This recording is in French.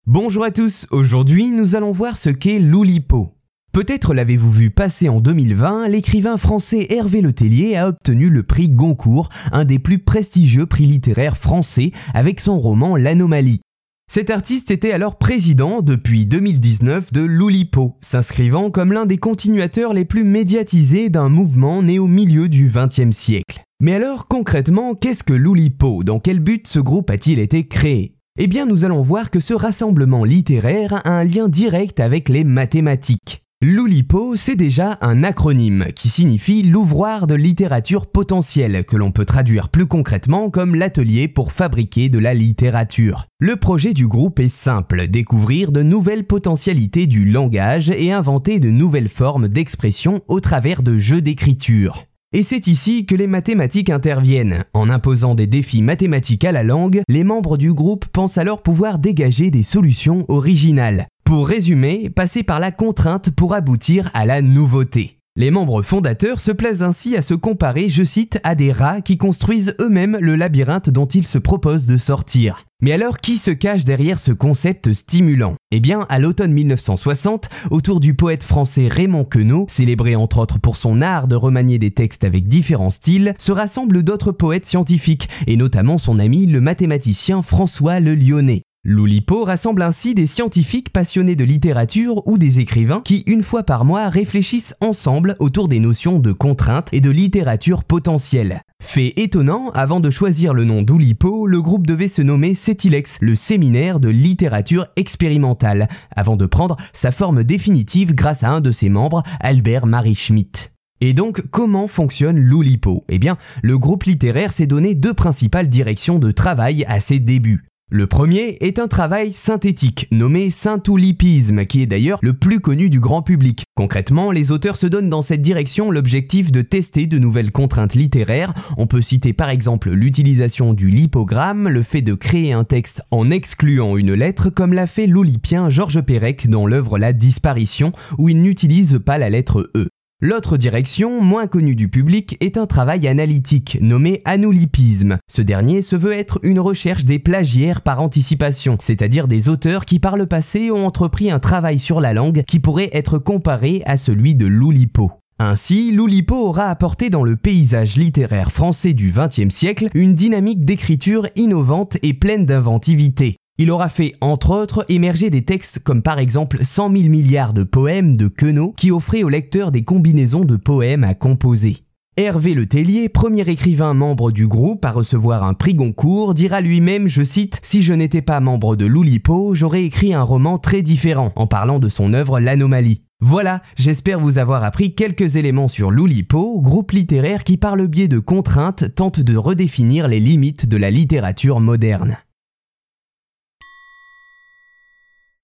Bonjour à tous, aujourd'hui nous allons voir ce qu'est l'Oulipo. Peut-être l'avez-vous vu passer en 2020, l'écrivain français Hervé Letellier a obtenu le prix Goncourt, un des plus prestigieux prix littéraires français, avec son roman L'Anomalie. Cet artiste était alors président depuis 2019 de l'Oulipo, s'inscrivant comme l'un des continuateurs les plus médiatisés d'un mouvement né au milieu du XXe siècle. Mais alors concrètement, qu'est-ce que l'Oulipo? Dans quel but ce groupe a-t-il été créé? Eh bien nous allons voir que ce rassemblement littéraire a un lien direct avec les mathématiques. L'Oulipo, c'est déjà un acronyme qui signifie l'ouvroir de littérature potentielle, que l'on peut traduire plus concrètement comme l'atelier pour fabriquer de la littérature. Le projet du groupe est simple, découvrir de nouvelles potentialités du langage et inventer de nouvelles formes d'expression au travers de jeux d'écriture. Et c'est ici que les mathématiques interviennent. En imposant des défis mathématiques à la langue, les membres du groupe pensent alors pouvoir dégager des solutions originales. Pour résumer, passer par la contrainte pour aboutir à la nouveauté. Les membres fondateurs se plaisent ainsi à se comparer, je cite, à des rats qui construisent eux-mêmes le labyrinthe dont ils se proposent de sortir. Mais alors, qui se cache derrière ce concept stimulant? Eh bien, à l'automne 1960, autour du poète français Raymond Queneau, célébré entre autres pour son art de remanier des textes avec différents styles, se rassemblent d'autres poètes scientifiques, et notamment son ami le mathématicien François Le Lyonnais. L'Oulipo rassemble ainsi des scientifiques passionnés de littérature ou des écrivains qui, une fois par mois, réfléchissent ensemble autour des notions de contrainte et de littérature potentielle. Fait étonnant, avant de choisir le nom d'Oulipo, le groupe devait se nommer Sétilex, le séminaire de littérature expérimentale, avant de prendre sa forme définitive grâce à un de ses membres, Albert Marie Schmitt. Et donc, comment fonctionne l'Oulipo? Eh bien, le groupe littéraire s'est donné deux principales directions de travail à ses débuts. Le premier est un travail synthétique, nommé syntoulipisme, qui est d'ailleurs le plus connu du grand public. Concrètement, les auteurs se donnent dans cette direction l'objectif de tester de nouvelles contraintes littéraires. On peut citer par exemple l'utilisation du lipogramme, le fait de créer un texte en excluant une lettre, comme l'a fait l'oulipien Georges Perec dans l'œuvre La Disparition, où il n'utilise pas la lettre E. L'autre direction, moins connue du public, est un travail analytique, nommé anoulipisme. Ce dernier se veut être une recherche des plagiaires par anticipation, c'est-à-dire des auteurs qui par le passé ont entrepris un travail sur la langue qui pourrait être comparé à celui de l'Oulipo. Ainsi, l'Oulipo aura apporté dans le paysage littéraire français du XXe siècle une dynamique d'écriture innovante et pleine d'inventivité. Il aura fait, entre autres, émerger des textes comme par exemple 100 000 milliards de poèmes de Queneau qui offraient aux lecteurs des combinaisons de poèmes à composer. Hervé Letellier, premier écrivain membre du groupe à recevoir un prix Goncourt, dira lui-même, je cite, « Si je n'étais pas membre de l'Oulipo, j'aurais écrit un roman très différent » en parlant de son œuvre L'Anomalie. Voilà, j'espère vous avoir appris quelques éléments sur l'Oulipo, groupe littéraire qui par le biais de contraintes tente de redéfinir les limites de la littérature moderne.